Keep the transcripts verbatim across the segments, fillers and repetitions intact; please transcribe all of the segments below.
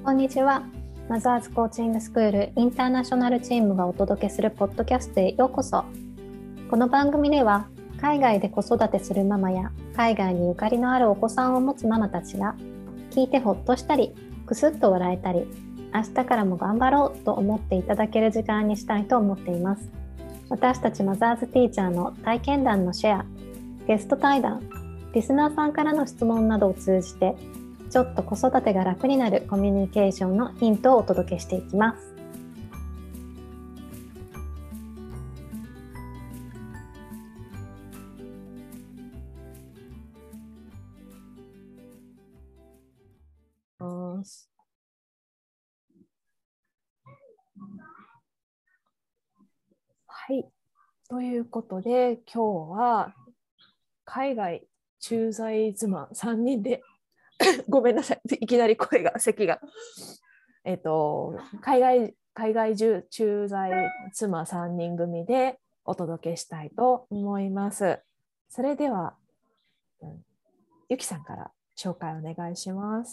こんにちは。マザーズコーチングスクールインターナショナルチームがお届けするポッドキャストへようこそ。この番組では海外で子育てするママや海外にゆかりのあるお子さんを持つママたちが聞いてほっとしたりくすっと笑えたり明日からも頑張ろうと思っていただける時間にしたいと思っています。私たちマザーズティーチャーの体験談のシェア、ゲスト対談、リスナーさんからの質問などを通じてちょっと子育てが楽になるコミュニケーションのヒントをお届けしていきます。 はい、ということで今日は海外駐在妻さんにんでごめんなさい、いきなり声が咳が、えっと、海外海外駐在妻さんにん組でお届けしたいと思います。それでは、うん、ゆきさんから紹介お願いします。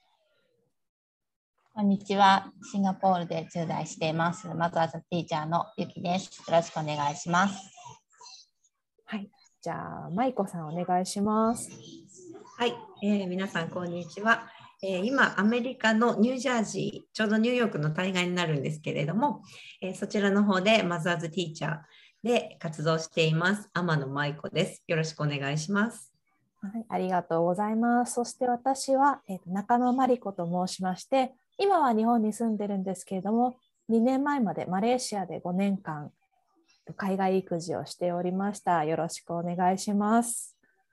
こんにちは。シンガポールで駐在していますマザーズティーチャーのゆきです。よろしくお願いします。 はい、じゃあ舞子さんお願いします。 はい、えー、皆さんこんにちは、えー、今アメリカのニュージャージー、ちょうどニューヨークの対岸になるんですけれども、えー、そちらの方でマザーズティーチャーで活動しています天野舞子です。よろしくお願いします。 はい、ありがとうございます。そして私は、えー、中野真理子と申しまして、今は日本に住んでるんですけれども、にねんまえまでマレーシアでごねんかん海外育児をしておりました。よろしくお願いします。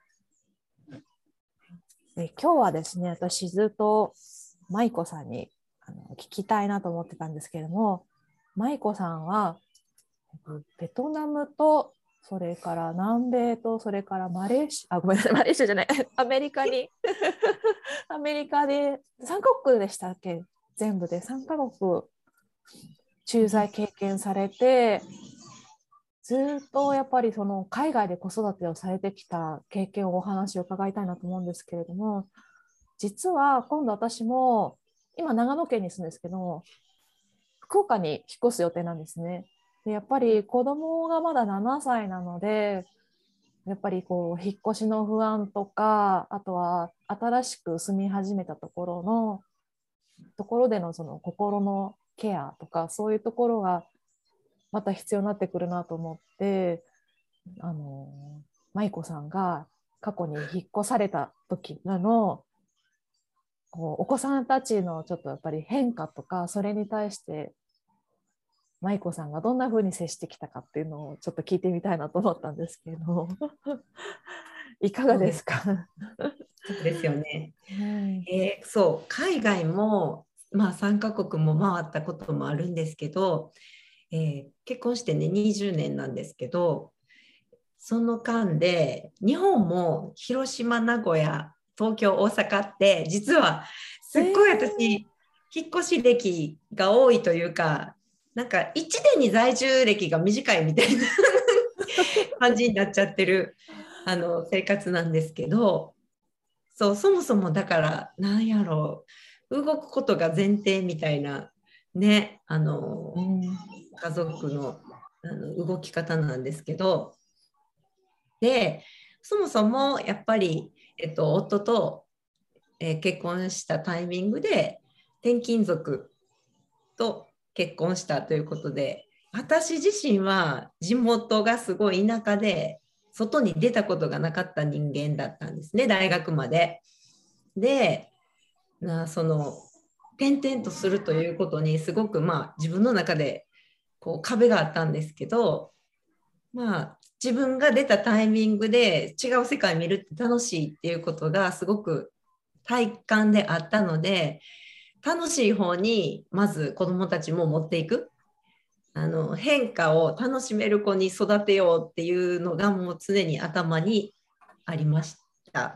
で今日はですね、私ずっと舞子さんにあの聞きたいなと思ってたんですけれども、舞子さんはベトナムとそれから南米とそれからマレーシア、あ、ごめんなさい、マレーシアじゃない、アメリカにアメリカでさんカ国でしたっけ、全部でさんカ国駐在経験されて、ずっとやっぱりその海外で子育てをされてきた経験をお話を伺いたいなと思うんですけれども、実は今度私も今長野県に住んでるんですけど、福岡に引っ越す予定なんですね。でやっぱり子供がまだななさいなので、やっぱりこう引っ越しの不安とか、あとは新しく住み始めたところのところでのその心のケアとか、そういうところがまた必要になってくるなと思って、あの舞子さんが過去に引っ越された時のこうお子さんたちのちょっとやっぱり変化とか、それに対して舞子さんがどんな風に接してきたかっていうのをちょっと聞いてみたいなと思ったんですけどいかがですか？ そうですよね、うんえー、そう海外も、まあ、さんカ国も回ったこともあるんですけど、えー、結婚してねにじゅうねんなんですけど、その間で日本も広島、名古屋、東京、大阪って実はすっごい私、えー、引っ越し歴が多いというか、なんかいちねんに在住歴が短いみたいな感じになっちゃってるあの生活なんですけど、そう、そもそもだからなんやろう、動くことが前提みたいなね、あの、うん、家族の、あの動き方なんですけど、でそもそもやっぱり、えっと、夫と、えー、結婚したタイミングで転勤族と結婚したということで、私自身は地元がすごい田舎で外に出たことがなかった人間だったんですね、大学まで。でなその転々とするということにすごく、まあ、自分の中でこう壁があったんですけど、まあ、自分が出たタイミングで違う世界を見るって楽しいっていうことがすごく体感であったので、楽しい方にまず子どもたちも持っていく、あの変化を楽しめる子に育てようっていうのがもう常に頭にありました。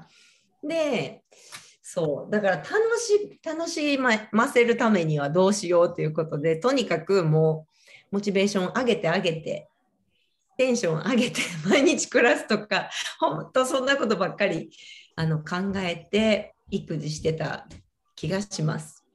でそうだから楽し楽しませるためにはどうしようということで、とにかくもうモチベーション上げて上げてテンション上げて毎日暮らすとか、本当そんなことばっかりあの考えて育児してた気がします。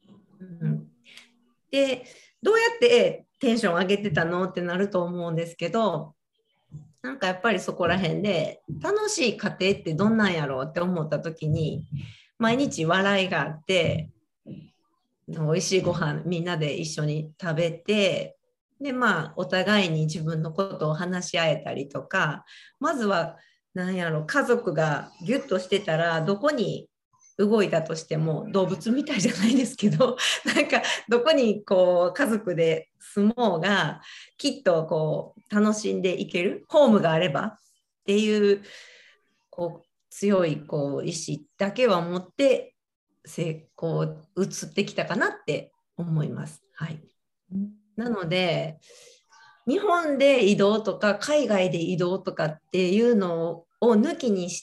うん、でどうやってテンション上げてたのってなると思うんですけど、なんかやっぱりそこら辺で楽しい家庭ってどんなんやろうって思った時に、毎日笑いがあって美味しいご飯みんなで一緒に食べて、でまあお互いに自分のことを話し合えたりとか、まずはなんやろ、家族がギュッとしてたらどこに動いたとしても動物みたいじゃないですけどなんかどこにこう家族で住もうがきっとこう楽しんでいけるホームがあればっていう、こう強いこう意志だけは持って成功移ってきたかなって思います。はい、なので日本で移動とか海外で移動とかっていうのを抜きにして、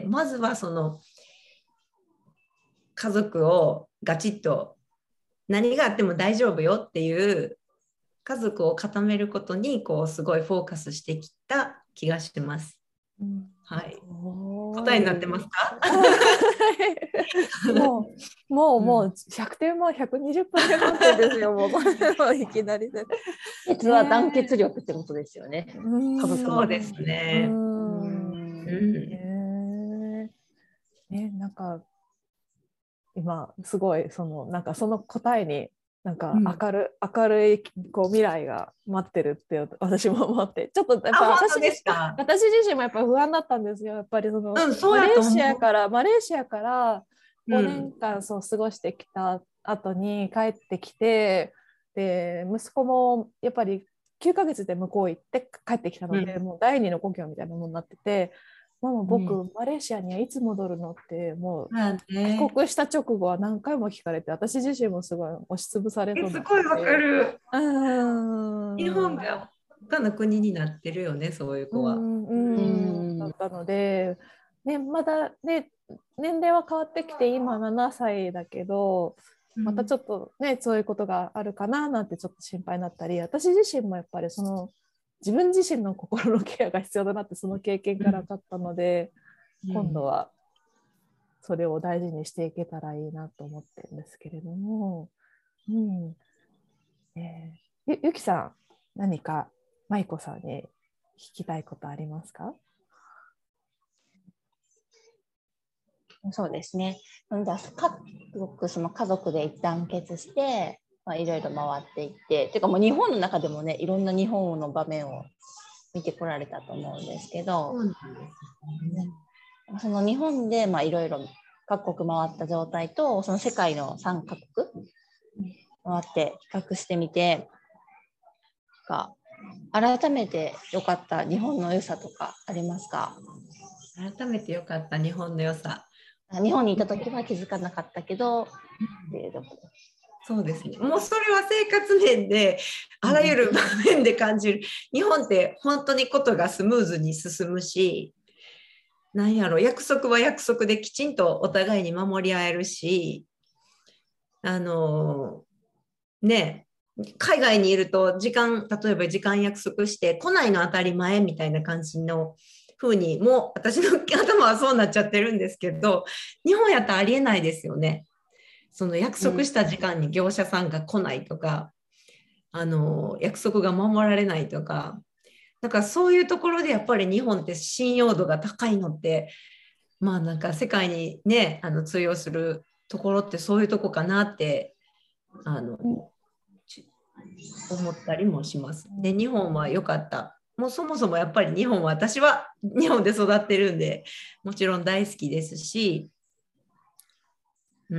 まずはその家族をガチッと何があっても大丈夫よっていう家族を固めることにこうすごいフォーカスしてきた気がしてます。うん、はい。答えになってますか？ もうもうもうひゃくてん満ひゃくにじゅっぷん満点ですよ。もういきなりで。 実は団結力ってことですよね。 家族そうですね。うん。 ね、なんか今すごいそのなんかその答えになんか明る、うん、明るいこう未来が待ってるって私も思って、ちょっとやっぱ私私自身もやっぱ不安だったんですよ。やっぱりその、うん、そうマレーシアからマレーシアからごねんかんそう過ごしてきた後に帰ってきて、うん、で息子もやっぱりきゅうかげつで向こう行って帰ってきたので、うん、もう第二の故郷みたいなものになってて、ママ僕、うん、マレーシアにはいつ戻るのってもう帰国した直後は何回も聞かれて、私自身もすごい押しつぶされそうになって。 すごいわかる。うん日本が他の国になってるよね、そういう子は。うんうんだったので、ね、まだ、ね、年齢は変わってきて今ななさいだけど、またちょっとね、うん、そういうことがあるかななんてちょっと心配になったり、私自身もやっぱりその自分自身の心のケアが必要だなってその経験から分かったので、うん、今度はそれを大事にしていけたらいいなと思ってるんですけれども、うんえー、ゆ, ゆきさん何か舞子さんに聞きたいことありますか？ そうですね。各その家族で一旦結してまあ、いろいろ回っていってていうかもう日本の中でもねいろんな日本の場面を見てこられたと思うんですけど、うんね、その日本でまあいろいろ各国回った状態とその世界のさんかこく回って比較してみてか改めて良かった日本の良さとかありますか？ 改めて良かった日本の良さ、 日本にいた時は気づかなかったけど、っていうところ。 そうですね。もうそれは生活面であらゆる場面で感じる。日本って本当にことがスムーズに進むし、なんやろ、約束は約束できちんとお互いに守り合えるし、あのね、海外にいると時間、例えば時間約束して来ないの当たり前みたいな感じの風にもう私の頭はそうなっちゃってるんですけど、日本やったらありえないですよね。その約束した時間に業者さんが来ないとか、うん、あの約束が守られないとか、だからそういうところでやっぱり日本って信用度が高いのって、まあなんか世界にねあの通用するところってそういうとこかなってあの、うん、思ったりもします。で日本は良かった。もうそもそもやっぱり日本は私は日本で育ってるんでもちろん大好きですし、うん、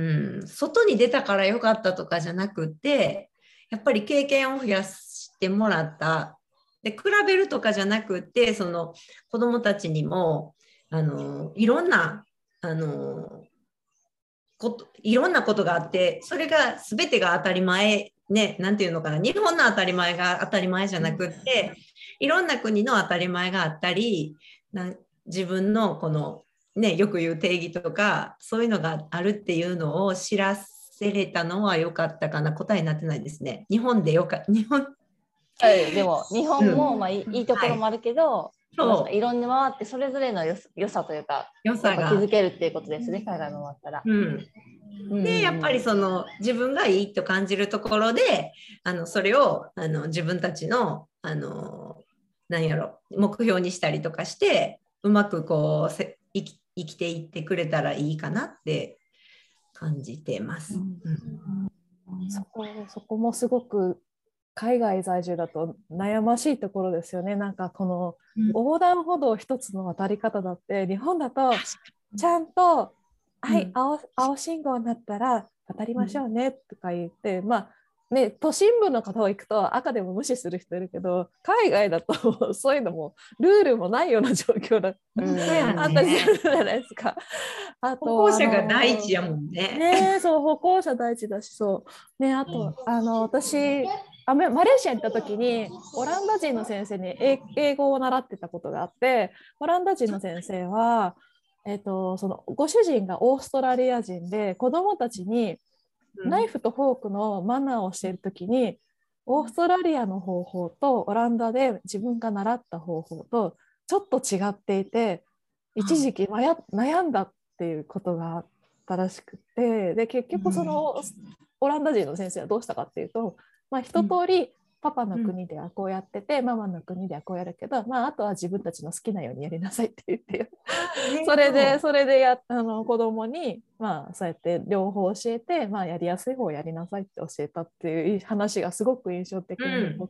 外に出たから良かったとかじゃなくて、やっぱり経験を増やしてもらった。で比べるとかじゃなくて、その子どもたちにもあのいろんなあのこといろんなことがあって、それが全てが当たり前ね、なんていうのかな、日本の当たり前が当たり前じゃなくって、いろんな国の当たり前があったり、な自分のこのね、よく言う定義とかそういうのがあるっていうのを知らせれたのは良かったかな。答えになってないですね。日本でよか日本でも日本もまあいいところもあるけど、はい、そういろんな回ってそれぞれのよ良さというか良さが気づけるっていうことですね、海外回ったら。 うん、 でやっぱりその自分がいいと感じるところであのそれをあの自分たちの、あの何やろ目標にしたりとかしてうまくこうせ生き、生きていってくれたらいいかなって感じてます。うんうん、そこ、そこもすごく海外在住だと悩ましいところですよね。なんかこの横断歩道一つの渡り方だって日本だとちゃんと、うん、はい、青、青信号になったら渡りましょうねとか言って、うん、まあね、都心部の方は行くと赤でも無視する人いるけど海外だとそういうのもルールもないような状況だったりするじゃないですか。あと歩行者が第一やもんね。 ね、そう歩行者第一だしそうね。あと、うん、あの私マレーシアに行った時にオランダ人の先生に英語を習ってたことがあってオランダ人の先生は、えーと、そのご主人がオーストラリア人で子どもたちにナイフとフォークのマナーをしている時にオーストラリアの方法とオランダで自分が習った方法とちょっと違っていて一時期悩んだっていうことがあったらしくてで結局そのオランダ人の先生はどうしたかっていうとまあ、一通りパパの国ではこうやってて、うん、ママの国ではこうやるけど、まあ、あとは自分たちの好きなようにやりなさいって言ってそれでそれでやあの子供に、まあ、そうやって両方教えて、まあ、やりやすい方をやりなさいって教えたっていう話がすごく印象的に残って、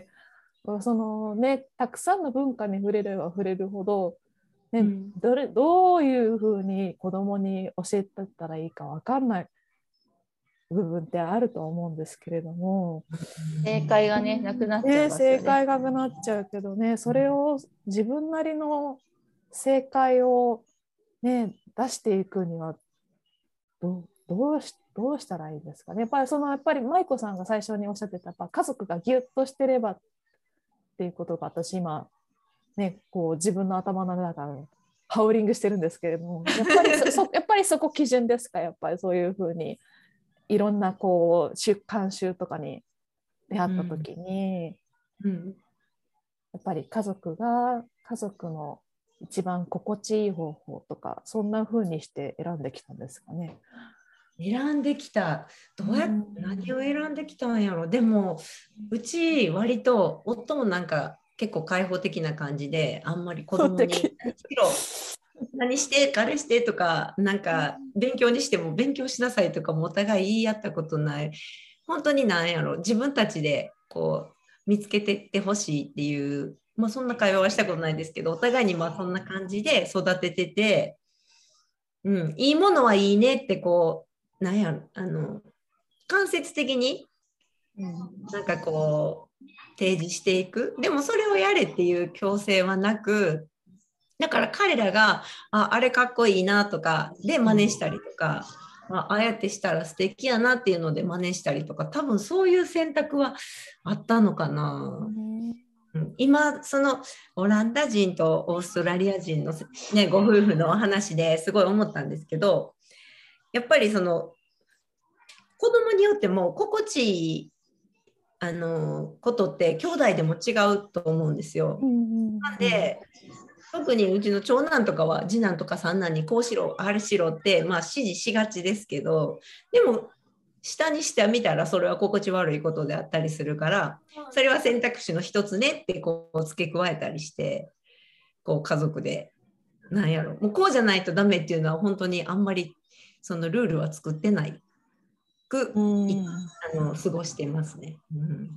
うん、そのねたくさんの文化に触れれば触れるほど、ねうん、どれどういうふうに子供に教えてったらいいか分かんない部分ってあると思うんですけれども正解がねなくなっちゃいますよね。 正解がなくなっちゃうけどねそれを自分なりの正解を、ね、出していくにはどう、どうし、どうしたらいいですかね。やっぱりそのやっぱり舞子さんが最初におっしゃってたやっぱ家族がギュッとしてればっていうことが私今、ね、こう自分の頭の中でハウリングしてるんですけれどもやっぱり そ, そ, やっぱりそこ基準ですかやっぱりそういうふうにいろんなこう慣習とかに出会った時に、うんうん、やっぱり家族が家族の一番心地いい方法とかそんな風にして選んできたんですかね。 選んできたどうやって、うん、何を選んできたんやろ。でもうち割と夫もなんか結構開放的な感じであんまり子供に何して彼してとかなんか勉強にしても勉強しなさいとかもお互い言い合ったことない。本当に何やろ自分たちでこう見つけてってほしいっていう、まあ、そんな会話はしたことないですけどお互いにまあそんな感じで育ててて、うん、いいものはいいねってこう何やろあの間接的になんかこう提示していく。でもそれをやれっていう強制はなくだから彼らが あ, あれかっこいいなとかで真似したりとか、あ, ああやってしたら素敵やなっていうので真似したりとか多分そういう選択はあったのかな、うん、今そのオランダ人とオーストラリア人の、ね、ご夫婦の話ですごい思ったんですけどやっぱりその子供によっても心地いいあのことって兄弟でも違うと思うんですよ。なんで特にうちの長男とかは次男とか三男にこうしろあれしろって、まあ、指示しがちですけどでも下にしてみたらそれは心地悪いことであったりするからそれは選択肢の一つねってこう付け加えたりしてこう家族でなんやろもうこうじゃないとダメっていうのは本当にあんまりそのルールは作ってないくあの過ごしてますね。うん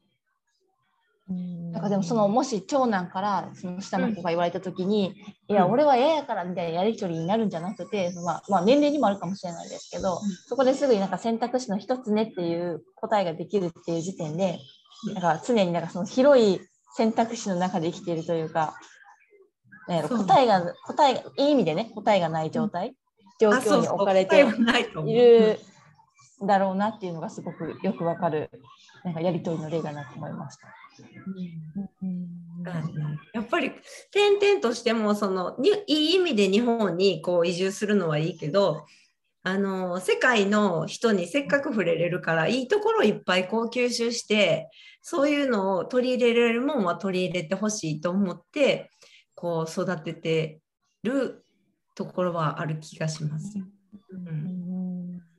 なんかでもそのもし長男からその下の子が言われた時に、うん、いや俺は嫌やからみたいなやり取りになるんじゃなくて、まあ、まあ年齢にもあるかもしれないですけど、うん、そこですぐになんか選択肢の一つねっていう答えができるっていう時点で、なんか常になんかその広い選択肢の中で生きているというか、ね、答えが答えがいい意味でね答えがない状態、うん、状況に置かれているだろうなっていうのがすごくよくわかるなんかやり取りの例だなと思いました。 うんうん、やっぱり転々としてもそのにいい意味で日本にこう移住するのはいいけどあの世界の人にせっかく触れれるからいいところをいっぱいこう吸収してそういうのを取り入れられるものは取り入れてほしいと思ってこう育ててるところはある気がします。うん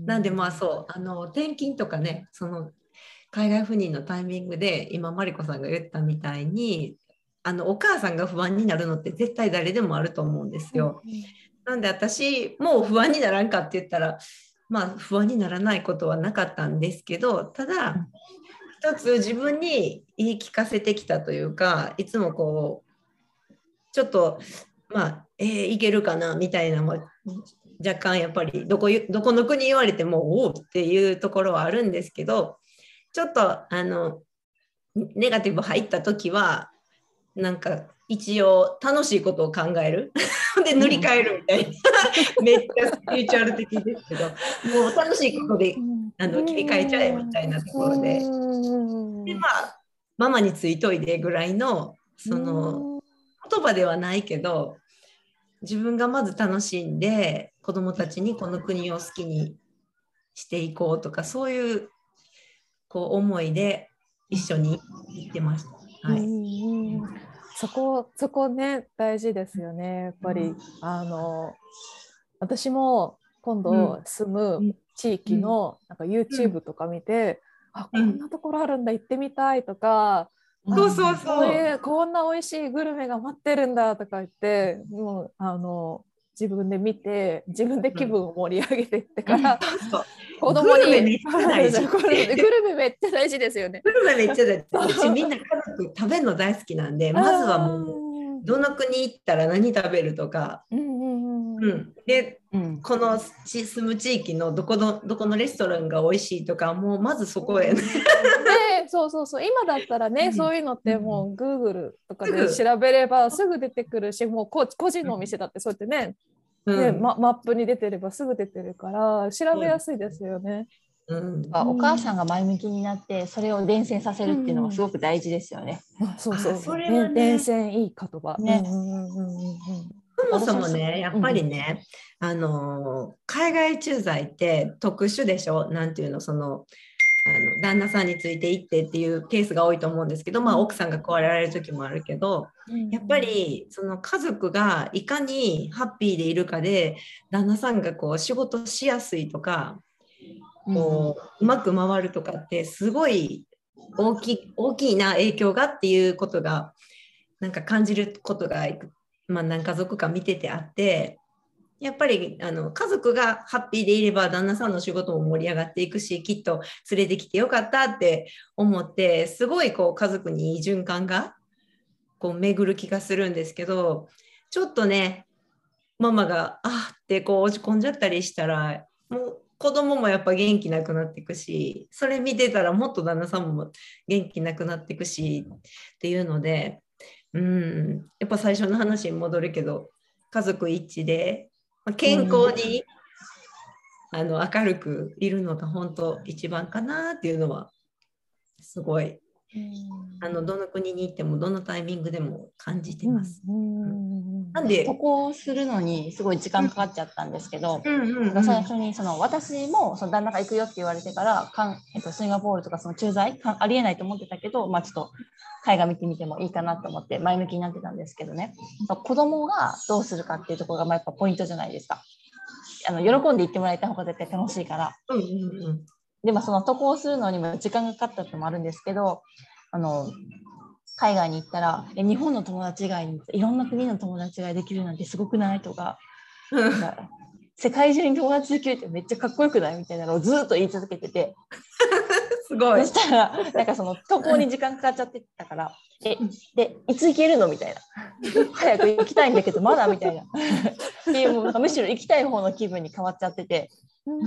なんでまあそうあの転勤とかねその海外赴任のタイミングで今マリコさんが言ったみたいにあのお母さんが不安になるのって絶対誰でもあると思うんですよ。なんで私もう不安にならんかって言ったらまあ不安にならないことはなかったんですけど、ただ一つ自分に言い聞かせてきたというか、いつもこうちょっとまあえー、いけるかなみたいなも若干やっぱりどこどこの国言われてもおおっていうところはあるんですけど、ちょっとあのネガティブ入った時はなんか一応楽しいことを考えるで塗り替えるみたいなめっちゃスピリチュアル的ですけど、もう楽しいことであの切り替えちゃえみたいなところで、でまあママについといでぐらいのその言葉ではないけど、自分がまず楽しんで子どもたちにこの国を好きにしていこうとか、そういうこう思いで一緒に行ってました。はい、 そこそこね大事ですよねやっぱり、うん、あの私も今度住む地域のなんか YouTube とか見て、うん、あこんなところあるんだ行ってみたいとか、 そうそうそう、 こういうこんな美味しいグルメが待ってるんだとか言ってもうあの自分で見て自分で気分を盛り上げてってから、うん、子供にグルメめっちゃ大事グルメめっちゃ大事ですよね。 グルメめっちゃ大事。うちみんな家族食べるの大好きなんでまずはもうどの国行ったら何食べるとか、うんうんうんうん、で、うん、この住む地域のどこのどこのレストランが美味しいとかもうまずそこへね。 ねそうそうそう今だったらね、うん、そういうのってもう Google とかで調べればすぐ出てくるし、もう個人のお店だってそうやってね、うんねま、マップに出てればすぐ出てるから調べやすいですよね。 うん、お母さんが前向きになってそれを伝染させるっていうのがすごく大事ですよね。 うん、そうそうそれはね、伝染いい言葉ね。 そもそもねやっぱりね、うん、あの海外駐在って特殊でしょ。なんていうのそのあの旦那さんについて行ってっていうケースが多いと思うんですけど、まあ、奥さんが壊れられる時もあるけど、やっぱりその家族がいかにハッピーでいるかで旦那さんがこう仕事しやすいとかこう、うまく回るとかってすごい大きい、大きいな影響がっていうことがなんか感じることが、まあ、何家族か見ててあって、やっぱりあの家族がハッピーでいれば旦那さんの仕事も盛り上がっていくし、きっと連れてきてよかったって思ってすごいこう家族にいい循環がこう巡る気がするんですけど、ちょっとねママがあってこう落ち込んじゃったりしたらもう子供もやっぱ元気なくなっていくし、それ見てたらもっと旦那さんも元気なくなっていくしっていうので、うんやっぱ最初の話に戻るけど家族一致で健康に、うん、あの明るくいるのが本当一番かなっていうのはすごい、うん、あのどの国に行ってもどのタイミングでも感じてます。うんうん、なんで渡航するのにすごい時間かかっちゃったんですけど、うんうんうん、最初にその私もその旦那が行くよって言われてからかん、えっと、シンガポールとかその駐在ありえないと思ってたけど、まあ、ちょっと海外見てみてもいいかなと思って前向きになってたんですけどね、子供がどうするかっていうところがまあやっぱポイントじゃないですか。あの喜んで行ってもらえた方が絶対楽しいから、うんうんうん、でもその渡航するのにも時間がかかったってのもあるんですけど、あの海外に行ったらえ日本の友達以外にいろんな国の友達ができるなんてすごくないとか、なんか世界中に友達できるってめっちゃかっこよくないみたいなのをずっと言い続けててすごい。 そしたらなんかその渡航に時間かかっちゃってたからえでいつ行けるのみたいな早く行きたいんだけどまだみたいなっていうもうなんかむしろ行きたい方の気分に変わっちゃってて、うん、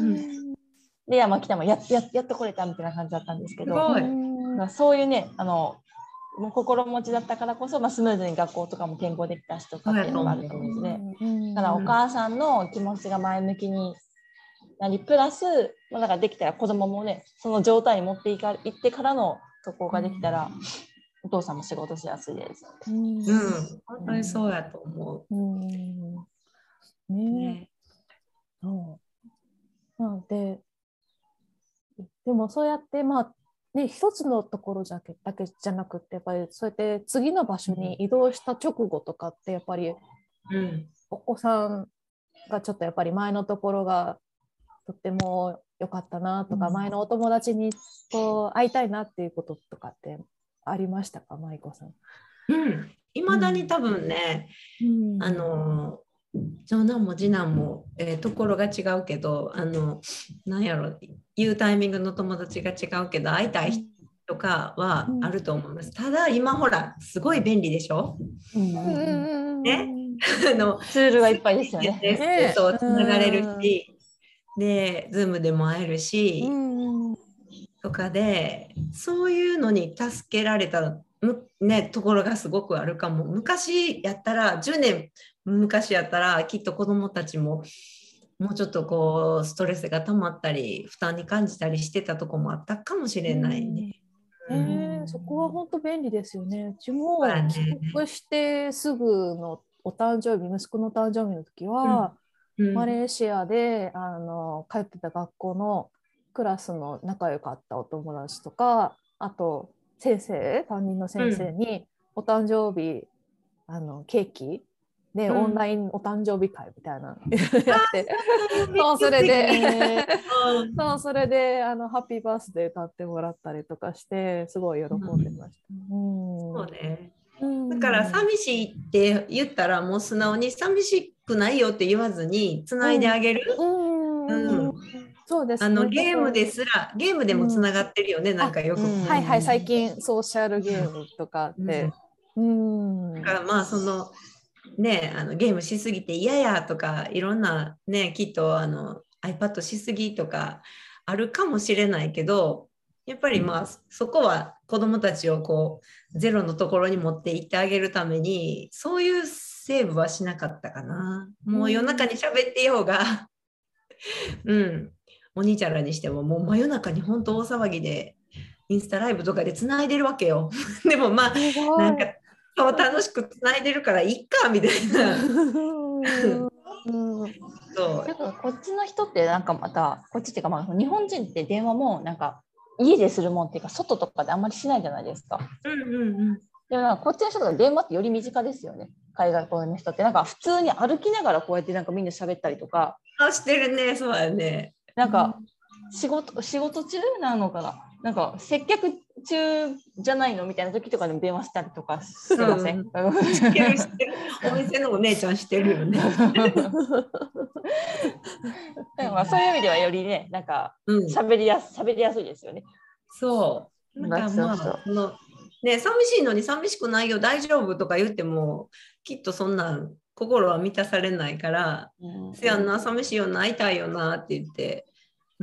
で山北も や, や, やっと来れたみたいな感じだったんですけど、そういうねあのもう心持ちだったからこそ、まあ、スムーズに学校とかも転校できたしとかっていうのがあったんですね。だからお母さんの気持ちが前向きになりプラス、まあ、だからできたら子供もねその状態に持っていか行ってからの渡航ができたら、お父さんも仕事しやすいです。 うん、本当にそうやと思う。うんねねそうなのででもそうやってまあね、一つのところだけ、だけじゃなくてやっぱりそうやって次の場所に移動した直後とかってやっぱり、うん、お子さんがちょっとやっぱり前のところがとってもよかったなとか、 うん前のお友達にこう会いたいなっていうこととかってありましたか、舞子さん。 うんいまだに多分ね、 うん、 あの長男も次男も、えーところが違うけど、あのなんやろ言うタイミングの友達が違うけど会いたい人とかはあると思います。ただ今ほらすごい便利でしょ、 うんうんうんね、あのツールがいっぱいですよね。 エスエヌエス でそうつながれるし、で Zoom でも会えるし、 うんとかでそういうのに助けられた、ね、ところがすごくあるかも。昔やったらじゅうねん昔やったらきっと子どもたちももうちょっとこうストレスが溜まったり負担に感じたりしてたとこもあったかもしれないね。 うん、えー、そこは本当便利ですよね。うちもね、 帰国してすぐのお誕生日、息子の誕生日の時は、 うんうん、 マレーシアであの通ってた学校のクラスの仲良かったお友達とか、あと先生、担任の先生にお誕生日、あのケーキで、うん、オンラインお誕生日会みたいなのやって、そうそれでそうそれであのハッピーバースデー歌ってもらったりとかしてすごい喜んでました。 うんうん、そうね、 うん、 だから寂しいって言ったらもう素直に寂しくないよって言わずにつないであげる。 うんうんうん、そうですね、 あのゲームですらゲームでもつながってるよね、うん、なんかよく、うん、 はいはい、最近ソーシャルゲームとかって、うん、 だからまあそのねあのゲームしすぎて嫌やとかいろんなねきっとあの iPad しすぎとかあるかもしれないけど、やっぱりまあそこは子どもたちをこうゼロのところに持っていってあげるためにそういうセーブはしなかったかな。もう夜中に喋ってようがうんお兄ちゃんらにしてももう真夜中に本当大騒ぎでインスタライブとかでつないでるわけよ。でもまあなんかそう楽しくつないでるからいっかみたいな。 そうなんかこっちの人ってなんかまたこっちっていうかまあ日本人って電話もなんか家でするもんっていうか外とかであんまりしないじゃないですか。 うんうんうん、 でもなんかこっちの人とか電話ってより身近ですよね。海外の人ってなんか普通に歩きながらこうやってなんかみんな喋ったりとか。 あしてるね、そうだね。 なんか仕事仕事中なのかな。なんか接客中じゃないのみたいな時とかでも電話したりとかしてません？うん、 してるしてる。お店のお姉ちゃんしてるよね。 まあそういう意味ではよりねなんか喋りやす、喋りやすいですよね。 そう。なんかまあそのね寂しいのに寂しくないよ大丈夫とか言ってもきっとそんな心は満たされないから、うん、せやんな寂しいよな会いたいよなって言って、うん、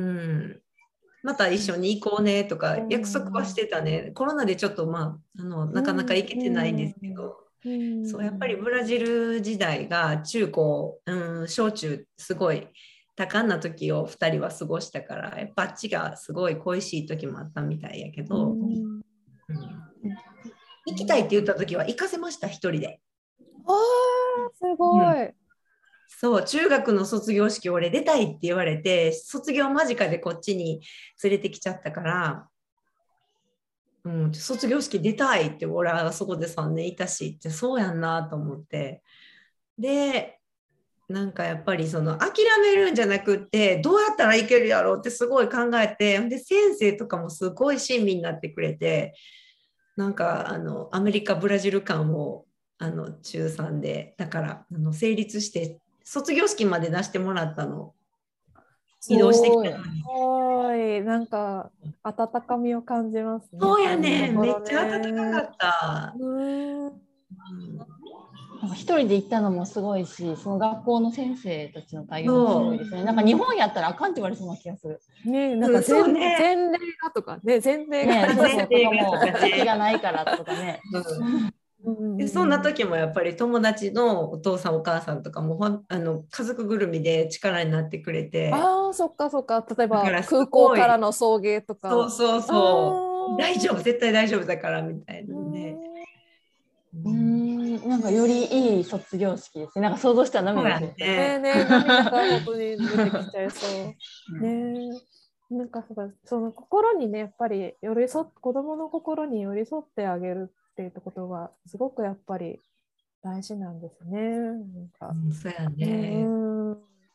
また一緒に行こうねとか約束はしてたね。コロナでちょっとまああのなかなか行けてないんですけど、そうやっぱりブラジル時代が中高、うん、小中すごい多感な時をふたりは過ごしたから、やっぱあっちがすごい恋しい時もあったみたいやけど、うん、行きたいって言った時は行かせました一人で。 あーすごい、うん、 そう中学の卒業式俺出たいって言われて卒業間近でこっちに連れてきちゃったから、うん、卒業式出たいって俺はそこでさんねんいたしってそうやんなと思って、でなんかやっぱりその諦めるんじゃなくってどうやったらいけるやろうってすごい考えて、で先生とかもすごい親身になってくれて、なんかあのアメリカブラジル間をあの中さんでだからあの成立して卒業式まで出してもらったの。移動してきたのに。 すごいなんか温かみを感じますね。 そうやね、めっちゃ温かかった。うんなんか一人で行ったのもすごいし、その学校の先生たちの対応もすごいですね。なんか日本やったらあかんって言われそうな気がする。 ね、なんか前、うんね、前例がとかね、前例が、 ね、前例が席がないからとかね。 うん、でそんな時もやっぱり友達のお父さんお母さんとかもあの家族ぐるみで力になってくれて、 ああそっかそっか、例えば空港からの送迎とか、 そうそうそう大丈夫絶対大丈夫だからみたいなね。 うーんなんかよりいい卒業式ですね。なんか想像したら涙が出て、 ねえねえ涙が本当に出てきちゃいそうねえ。なんかその心にねやっぱり寄り添っ子供の心に寄り添ってあげるっていうことがすごくやっぱり大事なんですね。なんか、 うん、そうやね。 うん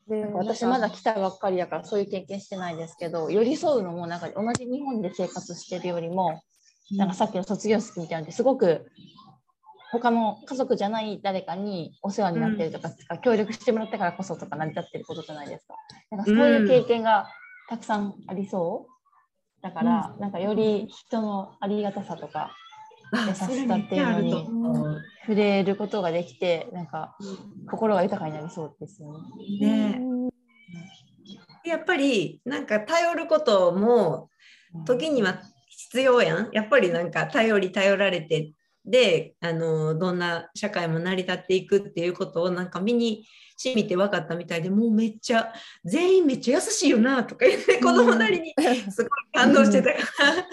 でなんか私まだ来たばっかりだからそういう経験してないですけど、寄り添うのもなんか同じ日本で生活してるよりも、なんかさっきの卒業式みたいなのですごく他の家族じゃない誰かにお世話になってるとか、うん、協力してもらったからこそとか成り立ってることじゃないですか。なんかそういう経験がたくさんありそうだから、うん、なんかより人のありがたさとか優しさっていうのに触れることができて、なんか心が豊かになりそうですよね。 ね、やっぱりなんか頼ることも時には必要やん。やっぱりなんか頼り頼られてで、あのどんな社会も成り立っていくっていうことをなんか身に染みて分かったみたいで、もうめっちゃ全員めっちゃ優しいよなとか言って子供なりにすごい感動してたから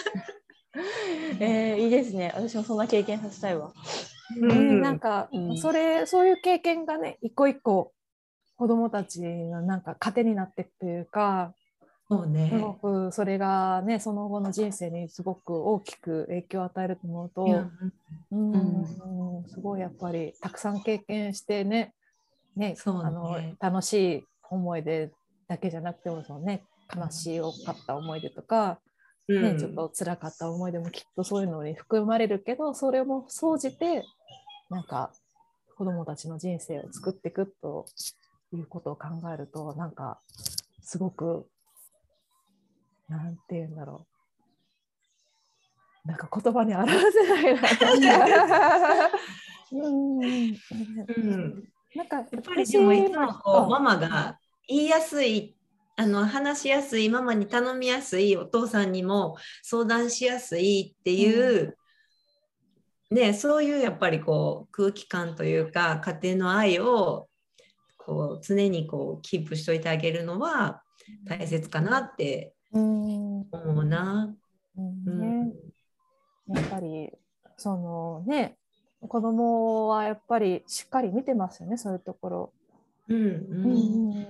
えー、いいですね。私もそんな経験させたいわ。 うん、なんか、うん、それそういう経験がね、一個一個子どもたちのなんか糧になっていくというか、 そうね、 すごくそれがね、その後の人生にすごく大きく影響を与えると思うと、うんうんうん、すごいやっぱりたくさん経験してね、ね、そうね、あの楽しい思い出だけじゃなくてもその、ね、悲しかった思い出とか、ね、うん、ちょっと辛かった思い出もきっとそういうのに含まれるけど、それも総じてなんか子どもたちの人生を作っていくということを考えると、なんかすごくなんていうんだろう、なんか言葉に表せないなうん、うん、 なんかやっぱりでもいつもこうママが言いやすい、あの話しやすい、ママに頼みやすい、お父さんにも相談しやすいっていう、うん、ね、そういうやっぱりこう空気感というか家庭の愛をこう常にこうキープしといてあげるのは大切かなって思うな。 うんうんね、やっぱりそのね、子供はやっぱりしっかり見てますよね、そういうところ。うんうん、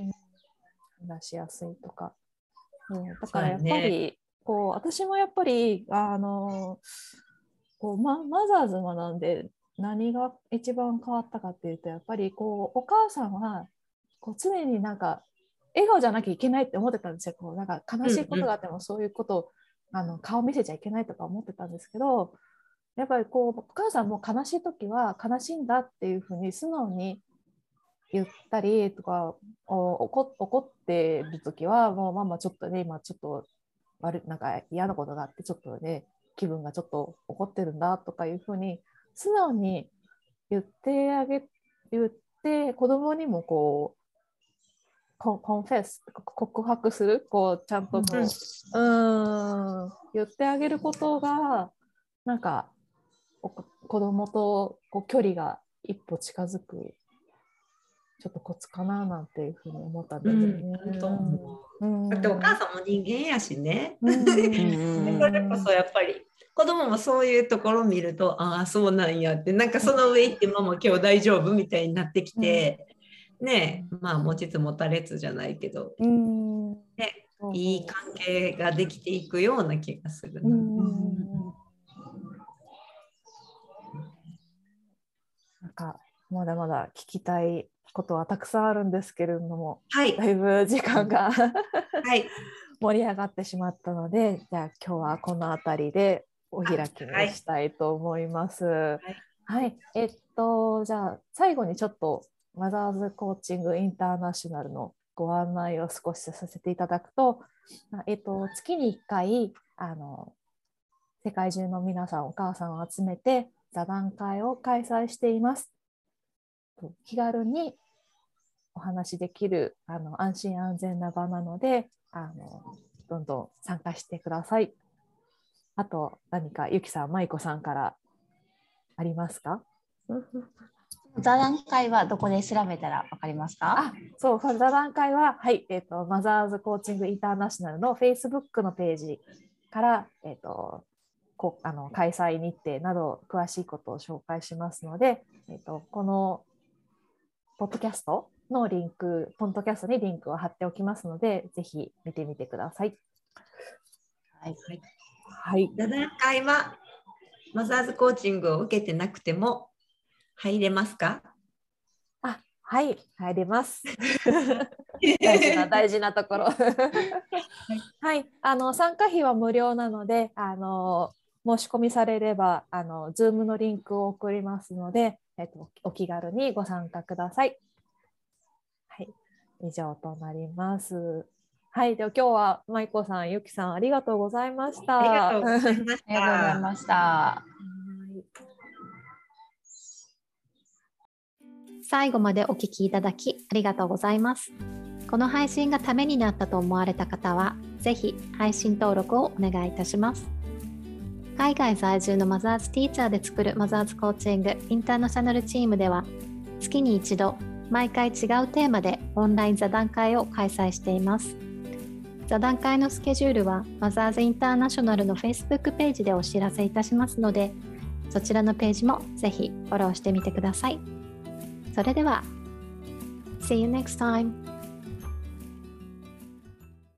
話しやすいとか。うん、だからやっぱり、ね、こう私もやっぱりあのこう、ま、マザーズ学んで何が一番変わったかっていうと、やっぱりこうお母さんはこう常になんか笑顔じゃなきゃいけないって思ってたんですよ。こうなんか悲しいことがあってもそういうことを、うんうん、あの顔見せちゃいけないとか思ってたんですけど、やっぱりこうお母さんも悲しい時は悲しいんだっていうふうに素直に言ったりとか、怒, 怒ってる時はもうママちょっとね今ちょっと悪なんか嫌なことがあってちょっとね気分がちょっと怒ってるんだとかいうふうに素直に言ってあげ言って子供にもこうコンフェス告白するこうちゃんとこう、うん、うーん言ってあげることがなんか子供とこう距離が一歩近づくちょっとコツかななんていうふうに思ったんですよね。 うん、だってお母さんも人間やしね。うん、それこそやっぱり子供もそういうところを見るとああそうなんやってなんかその上行ってママ今日大丈夫みたいになってきて、うん、ねまあ持ちつ持たれつじゃないけど、うんね、いい関係ができていくような気がするな。うんなんかまだまだ聞きたいことはたくさんあるんですけれども、 はい、 だいぶ時間が、 はい、 盛り上がってしまったので、じゃあ今日はこの辺りでお開きにしたいと思います。はい、はい、えっとじゃあ最後にちょっとマザーズコーチングインターナショナルのご案内を少しさせていただくと、えっと、月にいっかいあの世界中の皆さんお母さんを集めて座談会を開催しています。気軽にお話できるあの安心安全な場なのであのどんどん参加してください。あと何かゆきさん、まいこさんからありますか？ 座談会はどこで調べたら分かりますか？ あ、そう、座談会は、はいえーと、マザーズコーチングインターナショナルの Facebook のページから、えーと、こあの開催日程など詳しいことを紹介しますので、えーと、このポッドキャストのリンク、ポッドキャストにリンクを貼っておきますので、ぜひ見てみてください。 はい。はい。座談会はマザーズコーチングを受けてなくても入れますか？ あ、はい、入れます。 大事な大事なところ。はい、あの参加費は無料なので、あの申し込みされればあの Zoom のリンクを送りますので、えっと、お気軽にご参加ください。はい、以上となります。はい、では今日は舞子さん、ゆきさんありがとうございました。 ありがとうございました。 ありがとうございました。 最後までお聞きいただきありがとうございます。この配信がためになったと思われた方は、ぜひ配信登録をお願いいたします。海外在住のマザーズティーチャーで作るマザーズコーチングインターナショナルチームでは、月に一度、毎回違うテーマでオンライン座談会を開催しています。座談会のスケジュールはマザーズインターナショナルの Facebook ページでお知らせいたしますので、そちらのページもぜひフォローしてみてください。それでは、See you next time!